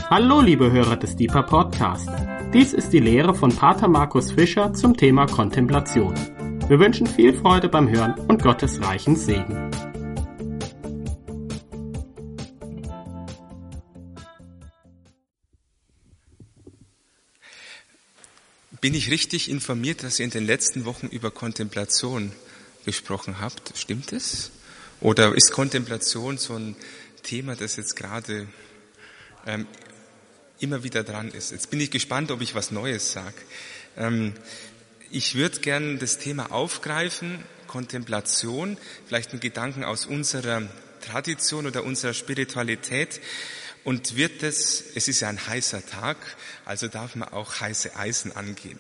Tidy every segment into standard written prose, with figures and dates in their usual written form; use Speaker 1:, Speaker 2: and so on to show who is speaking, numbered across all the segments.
Speaker 1: Hallo liebe Hörer des Deeper Podcast. Dies ist die Lehre von Pater Markus Fischer zum Thema Kontemplation. Wir wünschen viel Freude beim Hören und Gottes reichen Segen.
Speaker 2: Bin ich richtig informiert, dass ihr in den letzten Wochen über Kontemplation gesprochen habt? Stimmt es? Oder ist Kontemplation so ein Thema, das jetzt gerade immer wieder dran ist? Jetzt bin ich gespannt, ob ich was Neues sage. Ich würde gerne das Thema aufgreifen, Kontemplation, vielleicht einen Gedanken aus unserer Tradition oder unserer Spiritualität. Und es ist ja ein heißer Tag, also darf man auch heiße Eisen angehen.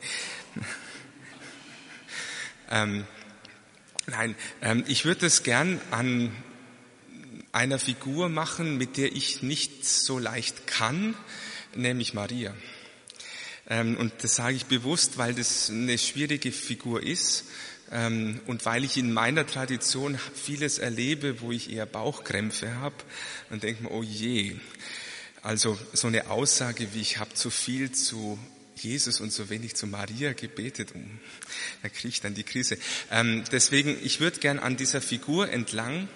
Speaker 2: Ich würde es gern an einer Figur machen, mit der ich nicht so leicht kann, nämlich Maria. Und das sage ich bewusst, weil das eine schwierige Figur ist und weil ich in meiner Tradition vieles erlebe, wo ich eher Bauchkrämpfe habe und denke mir, oh je. Also so eine Aussage wie, ich habe zu viel zu Jesus und so wenig zu Maria gebetet, da kriege ich dann die Krise. Deswegen, ich würde gern an dieser Figur entlang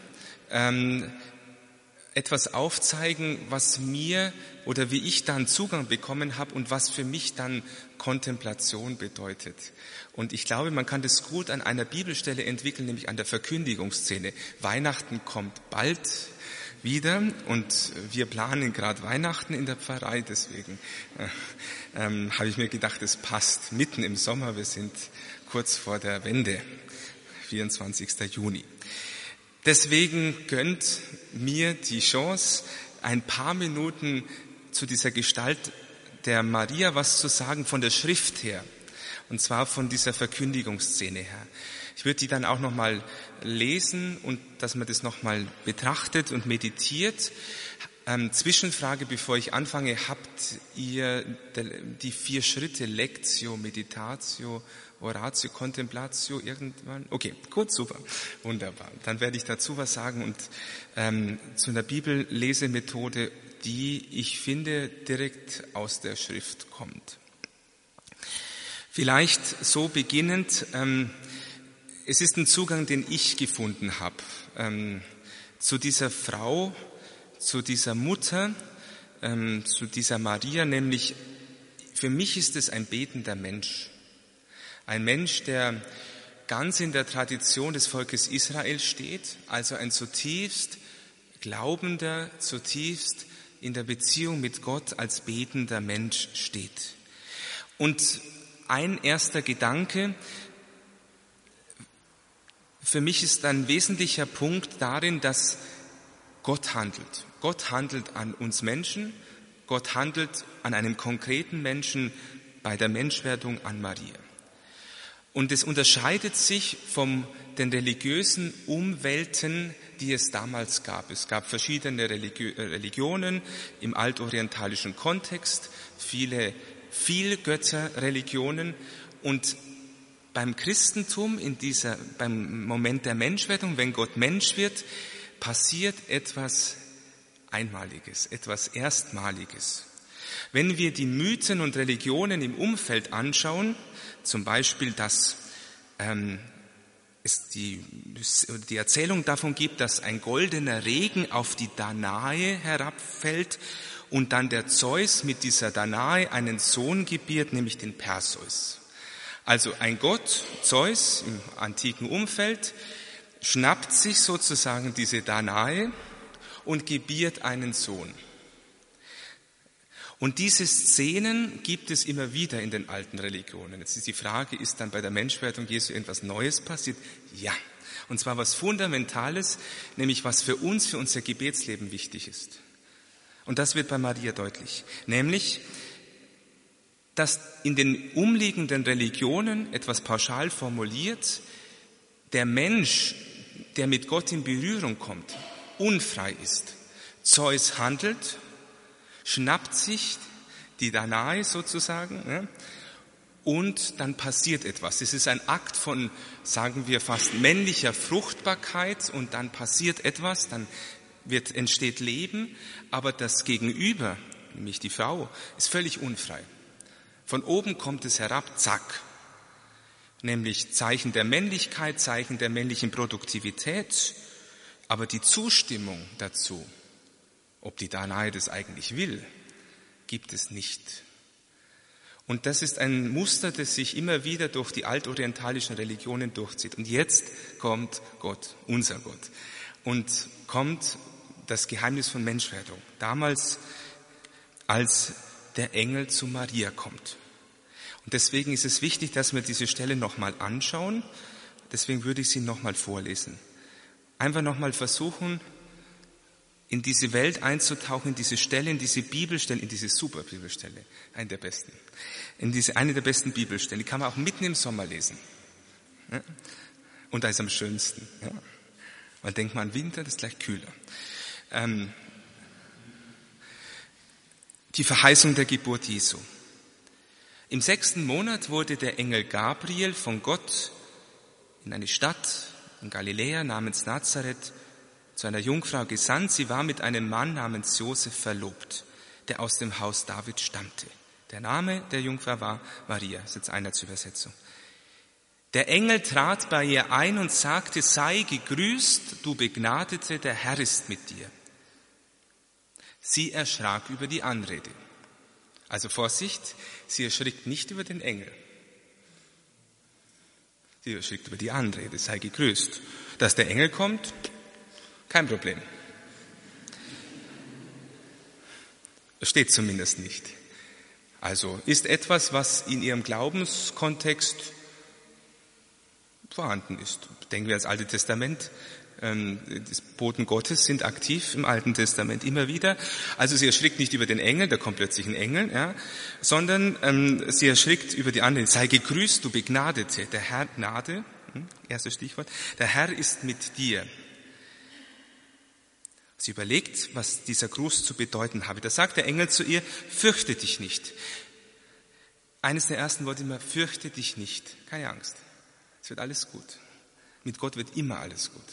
Speaker 2: etwas aufzeigen, was mir oder wie ich dann Zugang bekommen habe und was für mich dann Kontemplation bedeutet. Und ich glaube, man kann das gut an einer Bibelstelle entwickeln, nämlich an der Verkündigungsszene. Weihnachten kommt bald wieder und wir planen gerade Weihnachten in der Pfarrei, deswegen habe ich mir gedacht, es passt mitten im Sommer, wir sind kurz vor der Wende, 24. Juni. Deswegen gönnt mir die Chance, ein paar Minuten zu dieser Gestalt der Maria was zu sagen von der Schrift her, und zwar von dieser Verkündigungsszene her. Ich würde die dann auch nochmal lesen und dass man das nochmal betrachtet und meditiert. Zwischenfrage, bevor ich anfange, habt ihr die 4 Schritte Lectio, Meditatio, Oratio, Contemplatio irgendwann? Okay, gut, super, wunderbar. Dann werde ich dazu was sagen und zu einer Bibellesemethode, die ich finde direkt aus der Schrift kommt. Vielleicht so beginnend, es ist ein Zugang, den ich gefunden habe zu dieser Frau, zu dieser Mutter, zu dieser Maria, nämlich für mich ist es ein betender Mensch. Ein Mensch, der ganz in der Tradition des Volkes Israel steht, also ein zutiefst glaubender, zutiefst in der Beziehung mit Gott als betender Mensch steht. Und ein erster Gedanke, für mich ist ein wesentlicher Punkt darin, dass Gott handelt. Gott handelt an uns Menschen, Gott handelt an einem konkreten Menschen bei der Menschwerdung an Maria. Und es unterscheidet sich von den religiösen Umwelten, die es damals gab. Es gab verschiedene Religionen im altorientalischen Kontext, viele Vielgötterreligionen, und beim Christentum beim Moment der Menschwerdung, wenn Gott Mensch wird, passiert etwas Einmaliges, etwas Erstmaliges. Wenn wir die Mythen und Religionen im Umfeld anschauen, zum Beispiel, dass es die Erzählung davon gibt, dass ein goldener Regen auf die Danae herabfällt und dann der Zeus mit dieser Danae einen Sohn gebiert, nämlich den Perseus. Also ein Gott, Zeus im antiken Umfeld, schnappt sich sozusagen diese Danae und gebiert einen Sohn. Und diese Szenen gibt es immer wieder in den alten Religionen. Jetzt ist die Frage, ist dann bei der Menschwerdung Jesu irgendwas Neues passiert? Ja. Und zwar was Fundamentales, nämlich was für uns, für unser Gebetsleben wichtig ist. Und das wird bei Maria deutlich. Nämlich, dass in den umliegenden Religionen, etwas pauschal formuliert, der Mensch, der mit Gott in Berührung kommt, unfrei ist. Zeus handelt, schnappt sich die Danae sozusagen, und dann passiert etwas. Es ist ein Akt von, sagen wir fast, männlicher Fruchtbarkeit, und dann passiert etwas, dann entsteht Leben, aber das Gegenüber, nämlich die Frau, ist völlig unfrei. Von oben kommt es herab, zack. Nämlich Zeichen der Männlichkeit, Zeichen der männlichen Produktivität, aber die Zustimmung dazu, ob die Danae das eigentlich will, gibt es nicht. Und das ist ein Muster, das sich immer wieder durch die altorientalischen Religionen durchzieht. Und jetzt kommt Gott, unser Gott, und kommt das Geheimnis von Menschwerdung. Damals, als der Engel zu Maria kommt. Und deswegen ist es wichtig, dass wir diese Stelle nochmal anschauen. Deswegen würde ich sie nochmal vorlesen. Einfach nochmal versuchen, in diese Welt einzutauchen, in diese Stelle, in diese Bibelstelle, in diese super Bibelstelle, eine der besten. Eine der besten Bibelstellen, die kann man auch mitten im Sommer lesen. Ja? Und da ist am schönsten. Ja? Man denkt mal an Winter, das ist gleich kühler. Die Verheißung der Geburt Jesu. Im 6. Monat wurde der Engel Gabriel von Gott in eine Stadt in Galiläa namens Nazareth zu einer Jungfrau gesandt. Sie war mit einem Mann namens Josef verlobt, der aus dem Haus David stammte. Der Name der Jungfrau war Maria, das ist jetzt eine Übersetzung. Der Engel trat bei ihr ein und sagte, sei gegrüßt, du Begnadete, der Herr ist mit dir. Sie erschrak über die Anrede. Also Vorsicht, sie erschrickt nicht über den Engel. Sie erschrickt über die Anrede, sei gegrüßt. Dass der Engel kommt, kein Problem. Das steht zumindest nicht. Also ist etwas, was in ihrem Glaubenskontext vorhanden ist. Denken wir ans Alte Testament. Die Boten Gottes sind aktiv im Alten Testament immer wieder. Also sie erschrickt nicht über den Engel, da kommt plötzlich ein Engel, ja, sondern sie erschrickt über die anderen. Sei gegrüßt, du Begnadete, der Herr, Gnade, erstes Stichwort, der Herr ist mit dir. Sie überlegt, was dieser Gruß zu bedeuten habe. Da sagt der Engel zu ihr, fürchte dich nicht. Eines der ersten Worte immer, fürchte dich nicht. Keine Angst. Es wird alles gut. Mit Gott wird immer alles gut.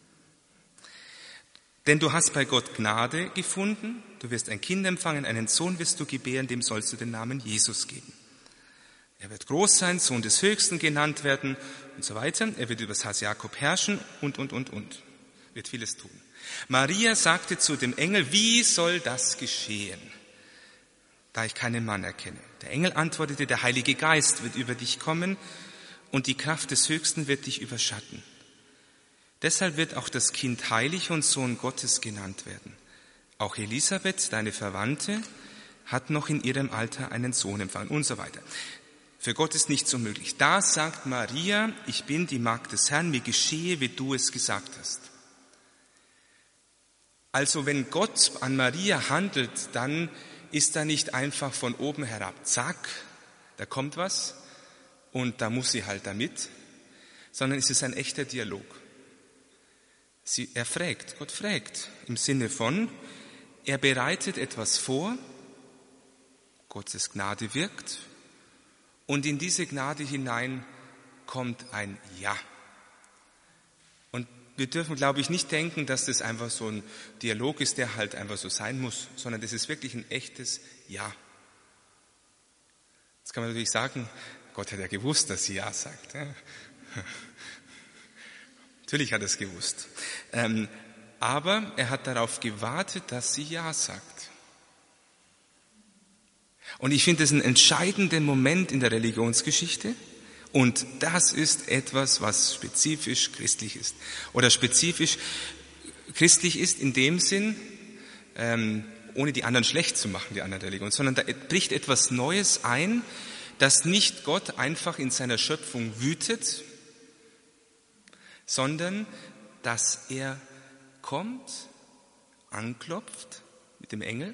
Speaker 2: Denn du hast bei Gott Gnade gefunden, du wirst ein Kind empfangen, einen Sohn wirst du gebären, dem sollst du den Namen Jesus geben. Er wird groß sein, Sohn des Höchsten genannt werden und so weiter. Er wird über das Haus Jakob herrschen und. Wird vieles tun. Maria sagte zu dem Engel, wie soll das geschehen, da ich keinen Mann erkenne? Der Engel antwortete, der Heilige Geist wird über dich kommen und die Kraft des Höchsten wird dich überschatten. Deshalb wird auch das Kind heilig und Sohn Gottes genannt werden. Auch Elisabeth, deine Verwandte, hat noch in ihrem Alter einen Sohn empfangen und so weiter. Für Gott ist nichts unmöglich. Da sagt Maria, ich bin die Magd des Herrn, mir geschehe, wie du es gesagt hast. Also wenn Gott an Maria handelt, dann ist da nicht einfach von oben herab, zack, da kommt was und da muss sie halt damit, sondern es ist ein echter Dialog. Gott fragt im Sinne von, er bereitet etwas vor, Gottes Gnade wirkt und in diese Gnade hinein kommt ein Ja. Und wir dürfen, glaube ich, nicht denken, dass das einfach so ein Dialog ist, der halt einfach so sein muss, sondern das ist wirklich ein echtes Ja. Jetzt kann man natürlich sagen, Gott hat ja gewusst, dass sie Ja sagt. Ja? Natürlich hat er es gewusst. Aber er hat darauf gewartet, dass sie Ja sagt. Und ich finde das einen entscheidenden Moment in der Religionsgeschichte. Und das ist etwas, was spezifisch christlich ist. Oder spezifisch christlich ist in dem Sinn, ohne die anderen schlecht zu machen, die anderen Religionen, sondern da bricht etwas Neues ein, dass nicht Gott einfach in seiner Schöpfung wütet, sondern dass er kommt, anklopft mit dem Engel,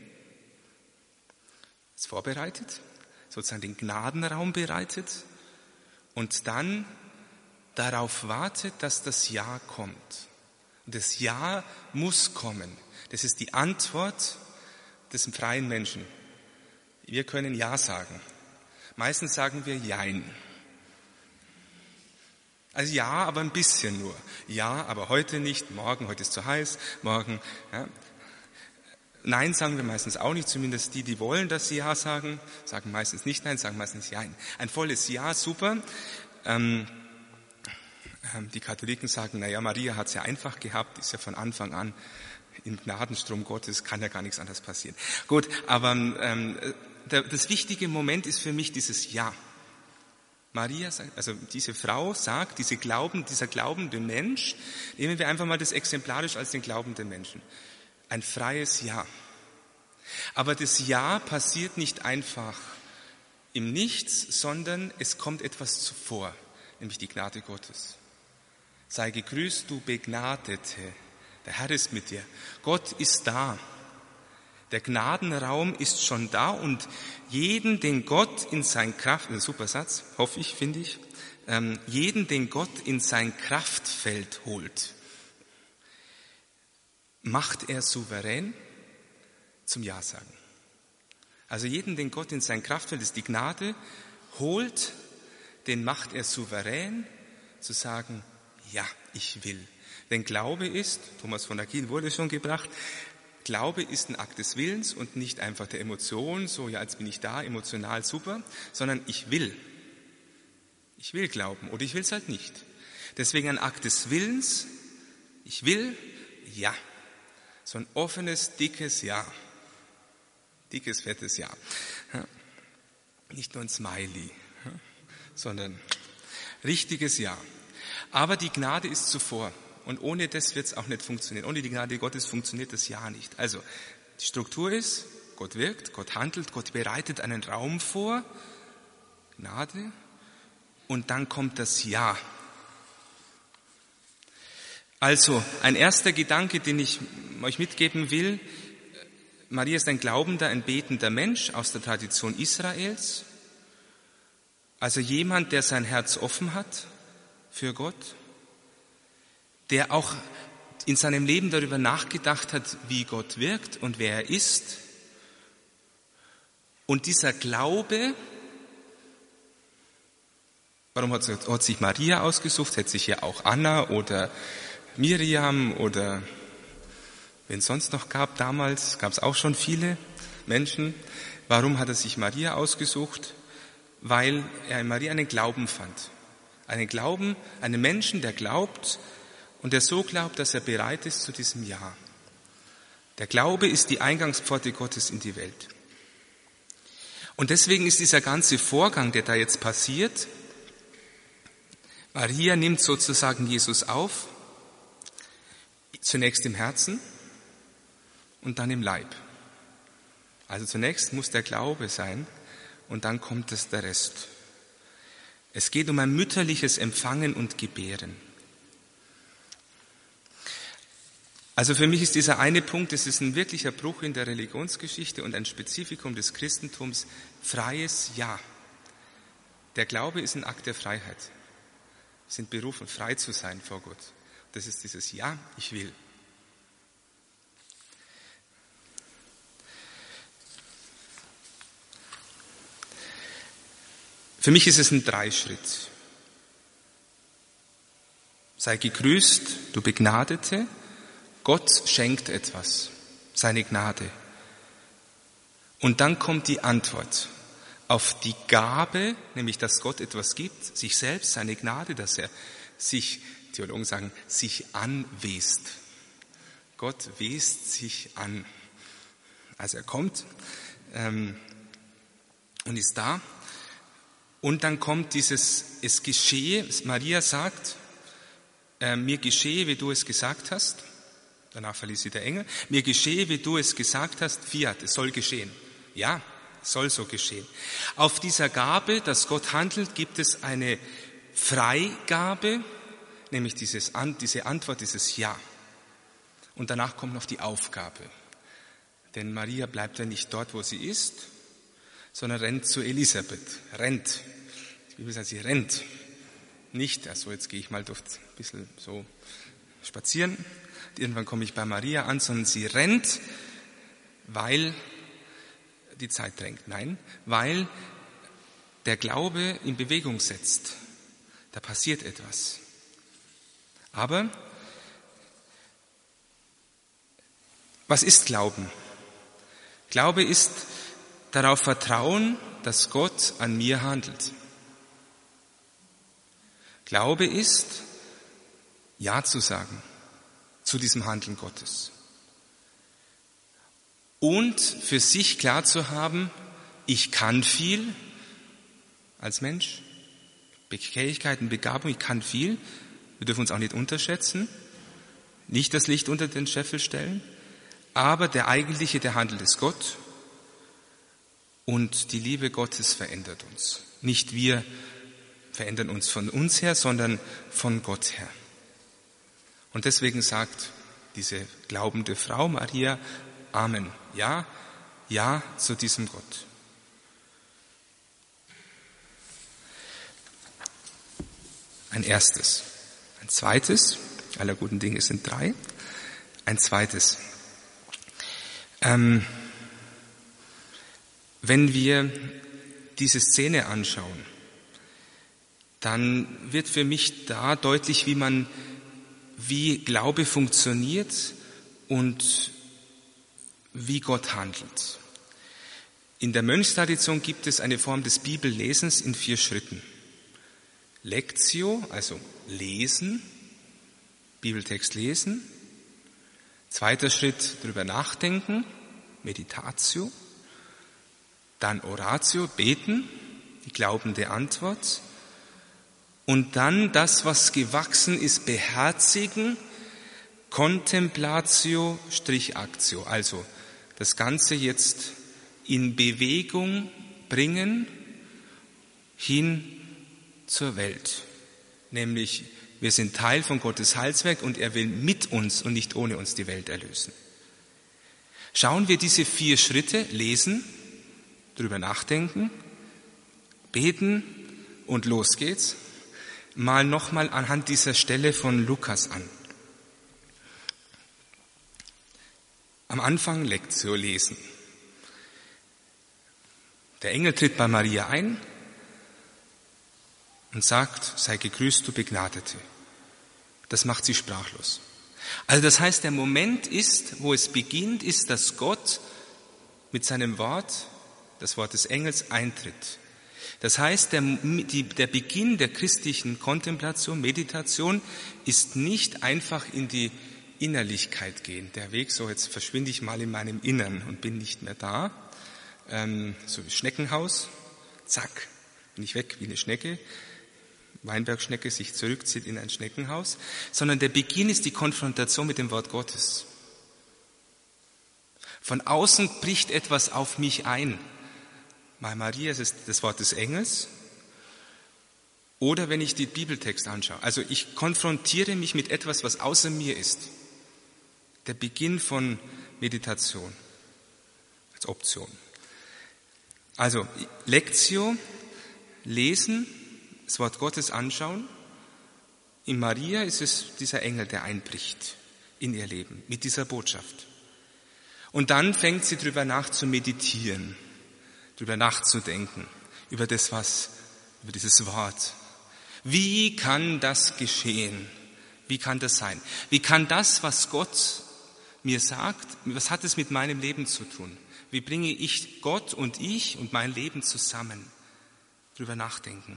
Speaker 2: ist vorbereitet, sozusagen den Gnadenraum bereitet und dann darauf wartet, dass das Ja kommt. Und das Ja muss kommen. Das ist die Antwort des freien Menschen. Wir können Ja sagen. Meistens sagen wir Jein. Also ja, aber ein bisschen nur. Ja, aber heute nicht, morgen, heute ist zu heiß, morgen. Ja. Nein sagen wir meistens auch nicht, zumindest die wollen, dass sie Ja sagen, sagen meistens nicht Nein, sagen meistens Ja. Ein volles Ja, super. Die Katholiken sagen, Maria hat es ja einfach gehabt, ist ja von Anfang an im Gnadenstrom Gottes, kann ja gar nichts anderes passieren. Gut, aber das wichtige Moment ist für mich dieses Ja. Maria sagt, also diese Frau sagt, dieser glaubende Mensch, nehmen wir einfach mal das exemplarisch als den glaubenden Menschen. Ein freies Ja. Aber das Ja passiert nicht einfach im Nichts, sondern es kommt etwas zuvor, nämlich die Gnade Gottes. Sei gegrüßt, du Begnadete. Der Herr ist mit dir. Gott ist da. Der Gnadenraum ist schon da und jeden, den Gott in sein super Satz, hoffe ich, finde ich, jeden, den Gott in sein Kraftfeld holt, macht er souverän zum Ja sagen. Also jeden, den Gott in sein Kraftfeld, ist die Gnade, holt, den macht er souverän zu sagen, ja, ich will. Denn Glaube ist, Thomas von Aquin wurde schon gebracht, Glaube ist ein Akt des Willens und nicht einfach der Emotion, so ja, jetzt bin ich da, emotional super, sondern ich will. Ich will glauben oder ich will es halt nicht. Deswegen ein Akt des Willens, ich will, ja. So ein offenes, dickes Ja. Dickes, fettes Ja. Nicht nur ein Smiley, sondern richtiges Ja. Aber die Gnade ist zuvor. Und ohne das wird es auch nicht funktionieren. Ohne die Gnade Gottes funktioniert das Ja nicht. Also, die Struktur ist, Gott wirkt, Gott handelt, Gott bereitet einen Raum vor, Gnade, und dann kommt das Ja. Also, ein erster Gedanke, den ich euch mitgeben will, Maria ist ein glaubender, ein betender Mensch aus der Tradition Israels. Also jemand, der sein Herz offen hat für Gott, der auch in seinem Leben darüber nachgedacht hat, wie Gott wirkt und wer er ist. Und dieser Glaube, warum hat sich Maria ausgesucht? Hätte sich ja auch Anna oder Miriam oder wen es sonst noch gab damals, gab es auch schon viele Menschen. Warum hat er sich Maria ausgesucht? Weil er in Maria einen Glauben fand. Einen Glauben, einen Menschen, der glaubt, und der so glaubt, dass er bereit ist zu diesem Ja. Der Glaube ist die Eingangspforte Gottes in die Welt. Und deswegen ist dieser ganze Vorgang, der da jetzt passiert, Maria nimmt sozusagen Jesus auf, zunächst im Herzen und dann im Leib. Also zunächst muss der Glaube sein und dann kommt der Rest. Es geht um ein mütterliches Empfangen und Gebären. Also für mich ist dieser eine Punkt, es ist ein wirklicher Bruch in der Religionsgeschichte und ein Spezifikum des Christentums, freies Ja. Der Glaube ist ein Akt der Freiheit. Wir sind berufen, frei zu sein vor Gott. Das ist dieses Ja, ich will. Für mich ist es ein Dreischritt. Sei gegrüßt, du Begnadete. Gott schenkt etwas, seine Gnade. Und dann kommt die Antwort auf die Gabe, nämlich dass Gott etwas gibt, sich selbst, seine Gnade, dass er sich, Theologen sagen, sich anwest. Gott west sich an. Also er kommt und ist da. Und dann kommt dieses, es geschehe, Maria sagt, mir geschehe, wie du es gesagt hast. Danach verließ sie der Engel. Mir geschehe, wie du es gesagt hast, fiat, es soll geschehen. Ja, es soll so geschehen. Auf dieser Gabe, dass Gott handelt, gibt es eine Freigabe, nämlich diese Antwort, dieses Ja. Und danach kommt noch die Aufgabe. Denn Maria bleibt ja nicht dort, wo sie ist, sondern rennt zu Elisabeth. Rennt. Die Bibel sagt, sie rennt. Nicht, also jetzt gehe ich mal durch ein bisschen so spazieren. Irgendwann komme ich bei Maria an, sondern sie rennt, weil die Zeit drängt. Nein, weil der Glaube in Bewegung setzt. Da passiert etwas. Aber was ist Glauben? Glaube ist darauf vertrauen, dass Gott an mir handelt. Glaube ist, Ja zu sagen zu diesem Handeln Gottes. Und für sich klar zu haben, ich kann viel als Mensch, Fähigkeiten, Begabung, ich kann viel. Wir dürfen uns auch nicht unterschätzen, nicht das Licht unter den Scheffel stellen, aber der Eigentliche, der handelt, ist Gott. Und die Liebe Gottes verändert uns. Nicht wir verändern uns von uns her, sondern von Gott her. Und deswegen sagt diese glaubende Frau Maria, Amen. Ja, ja zu diesem Gott. Ein erstes. Ein zweites. Aller guten Dinge sind 3. Ein zweites. Wenn wir diese Szene anschauen, dann wird für mich da deutlich, wie Glaube funktioniert und wie Gott handelt. In der Mönchstradition gibt es eine Form des Bibellesens in 4 Schritten. Lectio, also lesen, Bibeltext lesen. 2. Schritt, drüber nachdenken, Meditatio. Dann Oratio, beten, die glaubende Antwort. Und dann das, was gewachsen ist, beherzigen, Contemplatio, Aktio. Also das Ganze jetzt in Bewegung bringen hin zur Welt. Nämlich, wir sind Teil von Gottes Heilswerk und er will mit uns und nicht ohne uns die Welt erlösen. Schauen wir diese 4 Schritte, lesen, drüber nachdenken, beten und los geht's, mal nochmal anhand dieser Stelle von Lukas an. Am Anfang Lectio lesen. Der Engel tritt bei Maria ein und sagt, sei gegrüßt, du Begnadete. Das macht sie sprachlos. Also das heißt, der Moment ist, wo es beginnt, ist, dass Gott mit seinem Wort, das Wort des Engels, eintritt. Das heißt, der Beginn der christlichen Kontemplation, Meditation ist nicht einfach in die Innerlichkeit gehen. Der Weg, so jetzt verschwinde ich mal in meinem Innern und bin nicht mehr da. So wie Schneckenhaus, zack, bin ich weg wie eine Schnecke. Weinbergschnecke sich zurückzieht in ein Schneckenhaus. Sondern der Beginn ist die Konfrontation mit dem Wort Gottes. Von außen bricht etwas auf mich ein. Bei Maria ist es das Wort des Engels. Oder wenn ich den Bibeltext anschaue. Also ich konfrontiere mich mit etwas, was außer mir ist. Der Beginn von Meditation als Option. Also Lectio, lesen, das Wort Gottes anschauen. In Maria ist es dieser Engel, der einbricht in ihr Leben mit dieser Botschaft. Und dann fängt sie drüber nach zu meditieren, drüber nachzudenken, über dieses Wort. Wie kann das geschehen? Wie kann das sein? Wie kann das, was Gott mir sagt, was hat es mit meinem Leben zu tun? Wie bringe ich Gott und ich und mein Leben zusammen? Drüber nachdenken.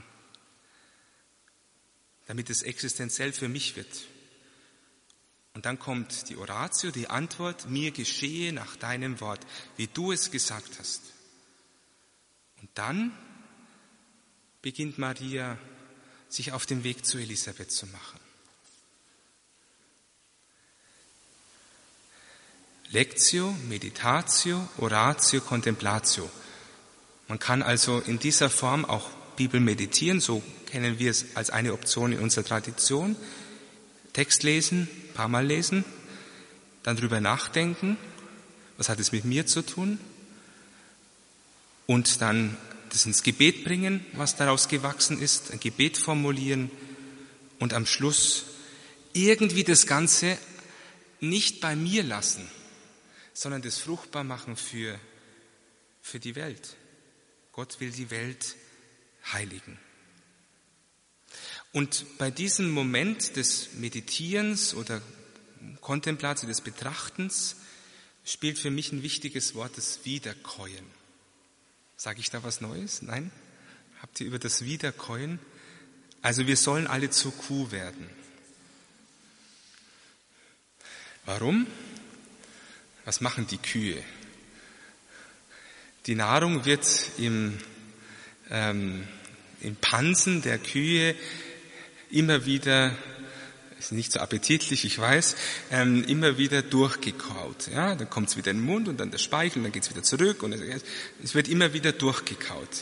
Speaker 2: Damit es existenziell für mich wird. Und dann kommt die Oratio, die Antwort, mir geschehe nach deinem Wort, wie du es gesagt hast. Und dann beginnt Maria, sich auf den Weg zu Elisabeth zu machen. Lectio, Meditatio, Oratio, Contemplatio. Man kann also in dieser Form auch Bibel meditieren, so kennen wir es als eine Option in unserer Tradition. Text lesen, ein paar Mal lesen, dann drüber nachdenken, was hat es mit mir zu tun? Und dann das ins Gebet bringen, was daraus gewachsen ist, ein Gebet formulieren und am Schluss irgendwie das Ganze nicht bei mir lassen, sondern das fruchtbar machen für die Welt. Gott will die Welt heiligen. Und bei diesem Moment des Meditierens oder Kontemplatio, des Betrachtens, spielt für mich ein wichtiges Wort, das Wiederkäuen. Sage ich da was Neues? Nein? Habt ihr über das Wiederkäuen? Also wir sollen alle zur Kuh werden. Warum? Was machen die Kühe? Die Nahrung wird im Pansen der Kühe immer wieder, ist nicht so appetitlich, ich weiß, immer wieder durchgekaut. Ja, dann kommt es wieder in den Mund und dann der Speichel, und dann geht es wieder zurück und es wird immer wieder durchgekaut.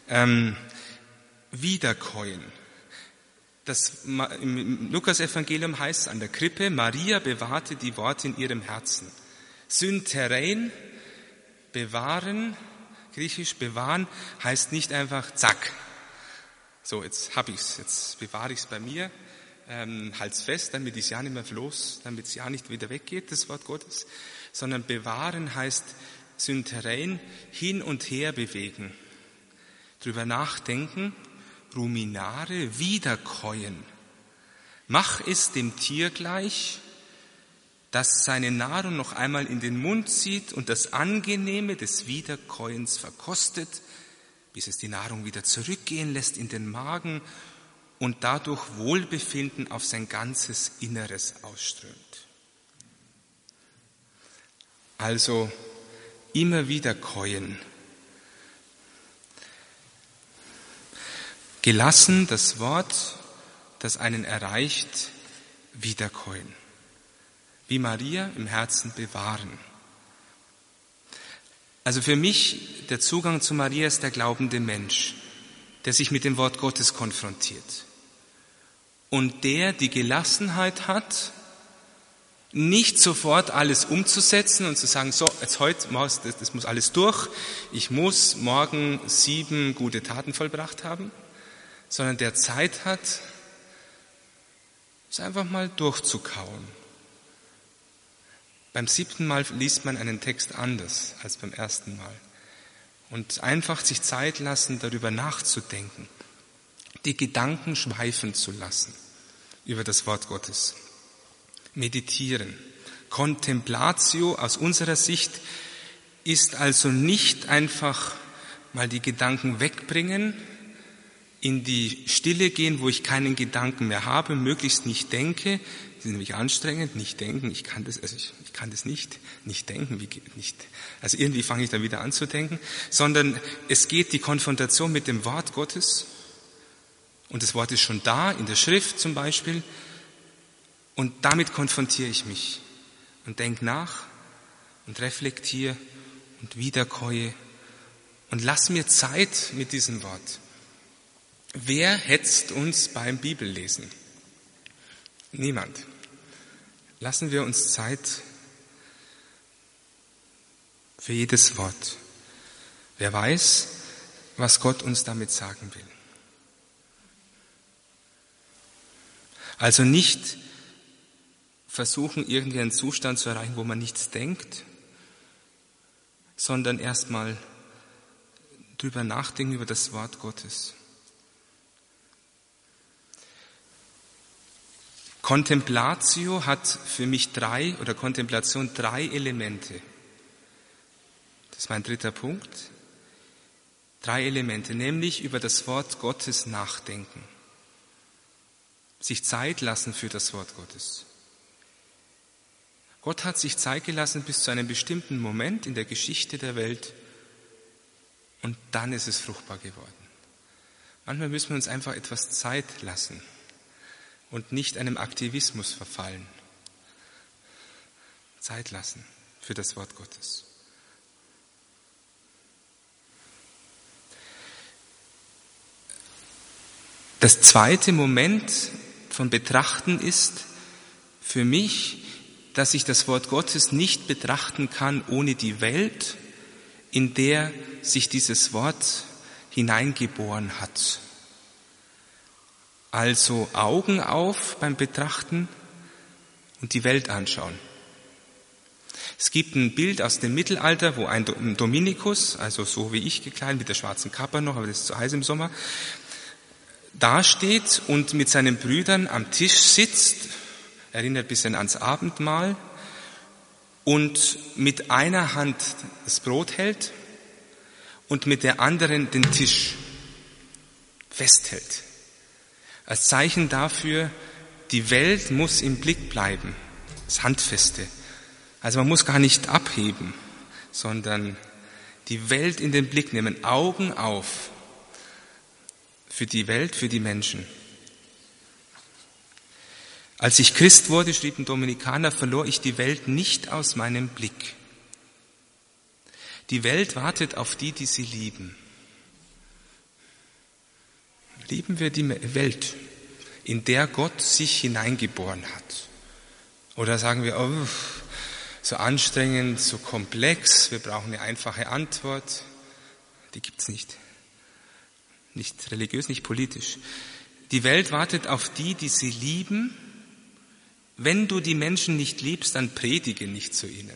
Speaker 2: Wiederkäuen. Das im Lukas-Evangelium heißt es an der Krippe: Maria bewahrte die Worte in ihrem Herzen. Synterein, bewahren, griechisch bewahren, heißt nicht einfach zack. So, jetzt hab ich's, jetzt bewahre ich's bei mir, halt's fest, damit ich's ja nicht mehr damit es ja nicht wieder weggeht, das Wort Gottes, sondern bewahren heißt Synterein, hin und her bewegen, drüber nachdenken, ruminare, wiederkäuen. Mach es dem Tier gleich, das seine Nahrung noch einmal in den Mund zieht und das Angenehme des Wiederkäuens verkostet, bis es die Nahrung wieder zurückgehen lässt in den Magen und dadurch Wohlbefinden auf sein ganzes Inneres ausströmt. Also immer wieder käuen. Gelassen das Wort, das einen erreicht, wiederkäuen. Wie Maria im Herzen bewahren. Also für mich, der Zugang zu Maria ist der glaubende Mensch, der sich mit dem Wort Gottes konfrontiert. Und der die Gelassenheit hat, nicht sofort alles umzusetzen und zu sagen, so, jetzt heute, das muss alles durch, ich muss morgen 7 gute Taten vollbracht haben, sondern der Zeit hat, es einfach mal durchzukauen. Beim 7. Mal liest man einen Text anders als beim 1. Mal. Und einfach sich Zeit lassen, darüber nachzudenken, die Gedanken schweifen zu lassen über das Wort Gottes. Meditieren. Contemplatio aus unserer Sicht ist also nicht einfach mal die Gedanken wegbringen, in die Stille gehen, wo ich keinen Gedanken mehr habe, möglichst nicht denke. Das ist nämlich anstrengend, nicht denken. Ich kann das nicht denken, wie geht nicht. Also irgendwie fange ich dann wieder an zu denken, sondern es geht die Konfrontation mit dem Wort Gottes. Und das Wort ist schon da, in der Schrift zum Beispiel. Und damit konfrontiere ich mich und denke nach und reflektiere und wiederkäue und lass mir Zeit mit diesem Wort. Wer hetzt uns beim Bibellesen? Niemand. Lassen wir uns Zeit für jedes Wort. Wer weiß, was Gott uns damit sagen will. Also nicht versuchen, irgendwie einen Zustand zu erreichen, wo man nichts denkt, sondern erstmal drüber nachdenken über das Wort Gottes. Contemplatio hat für mich Kontemplation drei Elemente. Das ist mein 3. Punkt. 3 Elemente, nämlich über das Wort Gottes nachdenken. Sich Zeit lassen für das Wort Gottes. Gott hat sich Zeit gelassen bis zu einem bestimmten Moment in der Geschichte der Welt und dann ist es fruchtbar geworden. Manchmal müssen wir uns einfach etwas Zeit lassen und nicht einem Aktivismus verfallen. Zeit lassen für das Wort Gottes. Das zweite Moment von Betrachten ist für mich, dass ich das Wort Gottes nicht betrachten kann ohne die Welt, in der sich dieses Wort hineingeboren hat. Also Augen auf beim Betrachten und die Welt anschauen. Es gibt ein Bild aus dem Mittelalter, wo ein Dominikus, also so wie ich gekleidet, mit der schwarzen Kappe noch, aber das ist zu heiß im Sommer, dasteht und mit seinen Brüdern am Tisch sitzt, erinnert ein bisschen ans Abendmahl, und mit einer Hand das Brot hält und mit der anderen den Tisch festhält. Als Zeichen dafür, die Welt muss im Blick bleiben, das Handfeste. Also man muss gar nicht abheben, sondern die Welt in den Blick nehmen, Augen auf für die Welt, für die Menschen. Als ich Christ wurde, schrieb ein Dominikaner, verlor ich die Welt nicht aus meinem Blick. Die Welt wartet auf die, die sie lieben. Lieben wir die Welt, in der Gott sich hineingeboren hat? Oder sagen wir, oh, so anstrengend, so komplex, wir brauchen eine einfache Antwort? Die gibt's nicht. Nicht religiös, nicht politisch. Die Welt wartet auf die, die sie lieben. Wenn du die Menschen nicht liebst, dann predige nicht zu ihnen.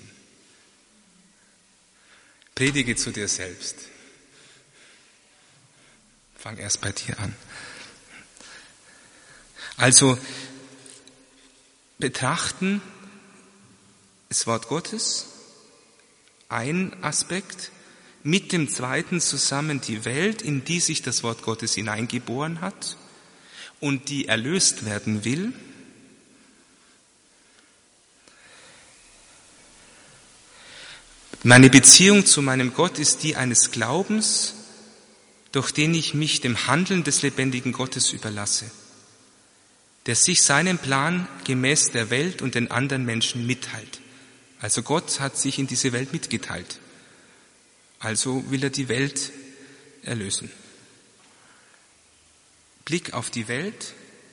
Speaker 2: Predige zu dir selbst. Fang erst bei dir an. Also betrachten das Wort Gottes, ein Aspekt, mit dem zweiten zusammen die Welt, in die sich das Wort Gottes hineingeboren hat und die erlöst werden will. Meine Beziehung zu meinem Gott ist die eines Glaubens, durch den ich mich dem Handeln des lebendigen Gottes überlasse, der sich seinen Plan gemäß der Welt und den anderen Menschen mitteilt. Also Gott hat sich in diese Welt mitgeteilt. Also will er die Welt erlösen. Blick auf die Welt.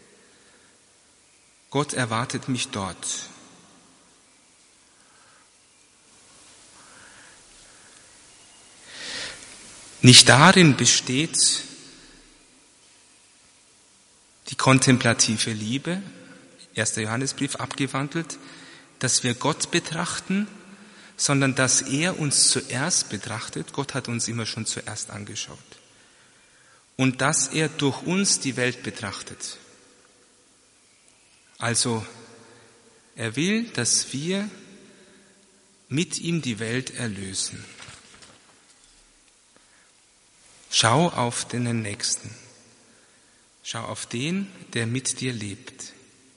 Speaker 2: Gott erwartet mich dort. Nicht darin besteht die kontemplative Liebe, 1. Johannesbrief abgewandelt, dass wir Gott betrachten, sondern dass er uns zuerst betrachtet. Gott hat uns immer schon zuerst angeschaut. Und dass er durch uns die Welt betrachtet. Also, er will, dass wir mit ihm die Welt erlösen. Schau auf den Nächsten. Schau auf den, der mit dir lebt.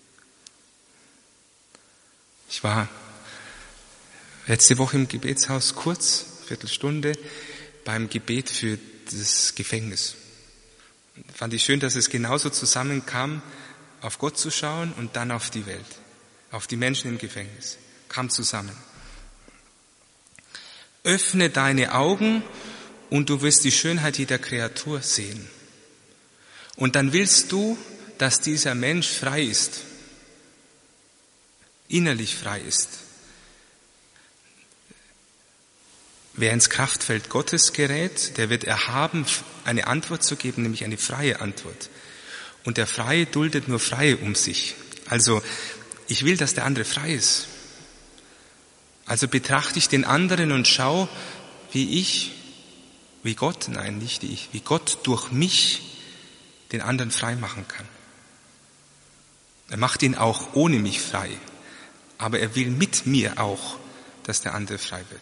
Speaker 2: Ich war letzte Woche im Gebetshaus kurz, Viertelstunde, beim Gebet für das Gefängnis. Fand ich schön, dass es genauso zusammenkam, auf Gott zu schauen und dann auf die Welt, auf die Menschen im Gefängnis. Kam zusammen. Öffne deine Augen und du wirst die Schönheit jeder Kreatur sehen. Und dann willst du, dass dieser Mensch frei ist, innerlich frei ist. Wer ins Kraftfeld Gottes gerät, der wird erhaben, eine Antwort zu geben, nämlich eine freie Antwort. Und der Freie duldet nur Freie um sich. Also, ich will, dass der andere frei ist. Also betrachte ich den anderen und schau, wie Gott durch mich den anderen frei machen kann. Er macht ihn auch ohne mich frei, aber er will mit mir auch, dass der andere frei wird.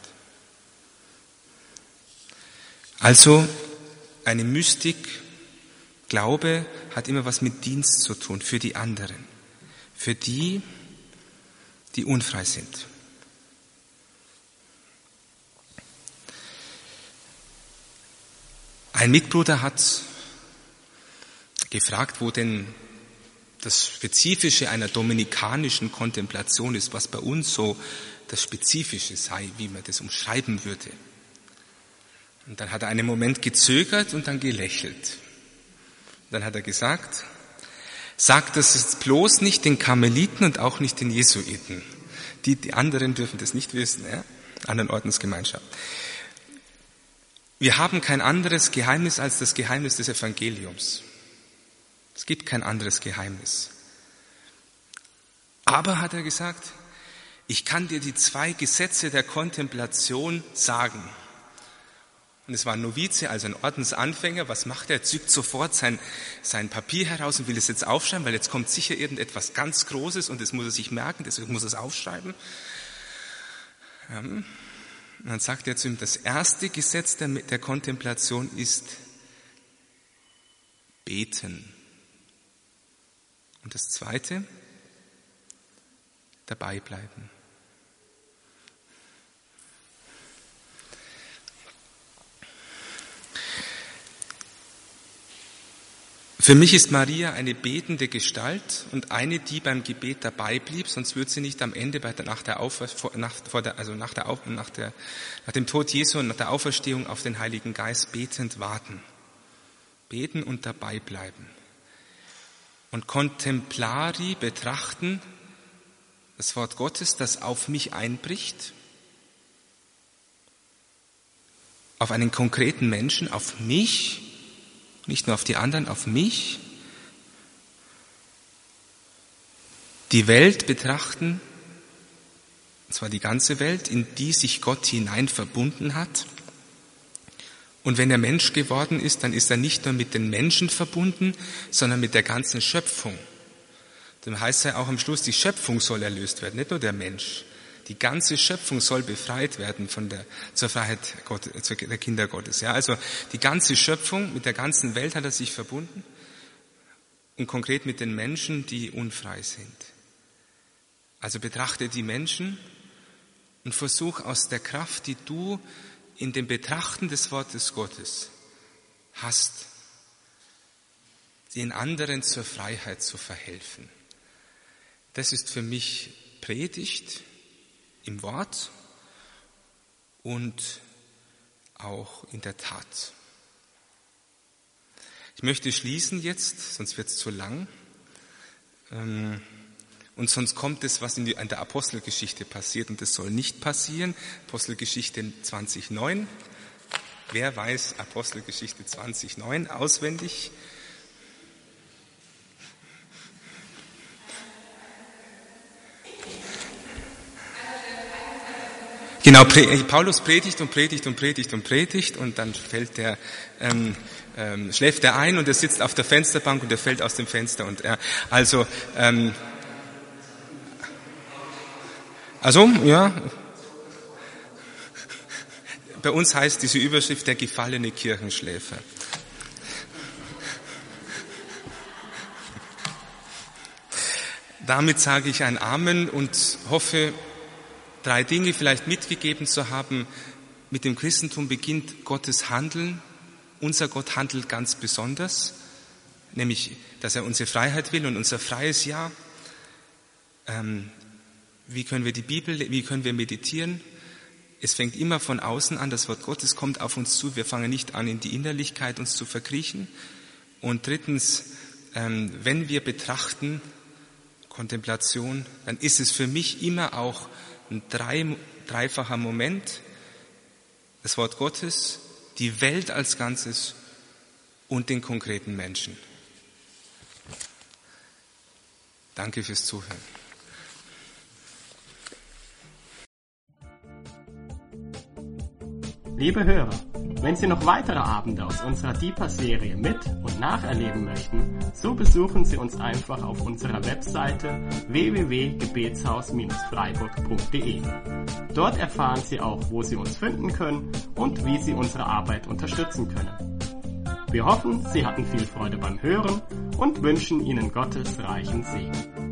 Speaker 2: Also eine Mystik, Glaube hat immer was mit Dienst zu tun, für die anderen, für die, die unfrei sind. Ein Mitbruder hat gefragt, wo denn das Spezifische einer dominikanischen Kontemplation ist, was bei uns so das Spezifische sei, wie man das umschreiben würde. Und dann hat er einen Moment gezögert und dann gelächelt. Dann hat er gesagt, sagt das jetzt bloß nicht den Karmeliten und auch nicht den Jesuiten. Die anderen dürfen das nicht wissen, ja? Anderen Ordensgemeinschaft. Wir haben kein anderes Geheimnis als das Geheimnis des Evangeliums. Es gibt kein anderes Geheimnis. Aber, hat er gesagt, ich kann dir die 2 Gesetze der Kontemplation sagen. Und es war ein Novize, also ein Ordensanfänger. Was macht er? Er zückt sofort sein Papier heraus und will es jetzt aufschreiben, weil jetzt kommt sicher irgendetwas ganz Großes und das muss er sich merken, deswegen muss er es aufschreiben. Und dann sagt er zu ihm, das erste Gesetz der Kontemplation ist beten. Und das zweite, dabei bleiben. Für mich ist Maria eine betende Gestalt und eine, die beim Gebet dabei blieb, sonst würde sie nicht am Ende nach dem Tod Jesu und nach der Auferstehung auf den Heiligen Geist betend warten. Beten und dabei bleiben. Und contemplari, betrachten, das Wort Gottes, das auf mich einbricht, auf einen konkreten Menschen, auf mich, nicht nur auf die anderen, auf mich. Die Welt betrachten, und zwar die ganze Welt, in die sich Gott hinein verbunden hat. Und wenn er Mensch geworden ist, dann ist er nicht nur mit den Menschen verbunden, sondern mit der ganzen Schöpfung. Dann heißt er auch am Schluss, die Schöpfung soll erlöst werden, nicht nur der Mensch. Die ganze Schöpfung soll befreit werden zur Freiheit der Kinder Gottes. Ja, also die ganze Schöpfung, mit der ganzen Welt hat er sich verbunden und konkret mit den Menschen, die unfrei sind. Also betrachte die Menschen und versuch aus der Kraft, die du in dem Betrachten des Wortes Gottes hast, den anderen zur Freiheit zu verhelfen. Das ist für mich Predigt im Wort und auch in der Tat. Ich möchte schließen jetzt, sonst wird es zu lang. Und sonst kommt es, was in der Apostelgeschichte passiert, und das soll nicht passieren. Apostelgeschichte 20,9. Wer weiß Apostelgeschichte 20,9 auswendig? Genau, Paulus predigt und predigt und predigt und predigt und dann schläft er ein und er sitzt auf der Fensterbank und er fällt aus dem Fenster und ja. Bei uns heißt diese Überschrift der gefallene Kirchenschläfer. Damit sage ich ein Amen und hoffe, 3 Dinge vielleicht mitgegeben zu haben. Mit dem Christentum beginnt Gottes Handeln. Unser Gott handelt ganz besonders, nämlich, dass er unsere Freiheit will und unser freies Ja. Wie können wir die Bibel, wie können wir meditieren? Es fängt immer von außen an, das Wort Gottes kommt auf uns zu. Wir fangen nicht an, in die Innerlichkeit uns zu verkriechen. Und drittens, wenn wir betrachten, Kontemplation, dann ist es für mich immer auch ein dreifacher Moment, das Wort Gottes, die Welt als Ganzes und den konkreten Menschen. Danke fürs Zuhören.
Speaker 1: Liebe Hörer, wenn Sie noch weitere Abende aus unserer Deeper-Serie mit- und nacherleben möchten, so besuchen Sie uns einfach auf unserer Webseite www.gebetshaus-freiburg.de. Dort erfahren Sie auch, wo Sie uns finden können und wie Sie unsere Arbeit unterstützen können. Wir hoffen, Sie hatten viel Freude beim Hören und wünschen Ihnen Gottes reichen Segen.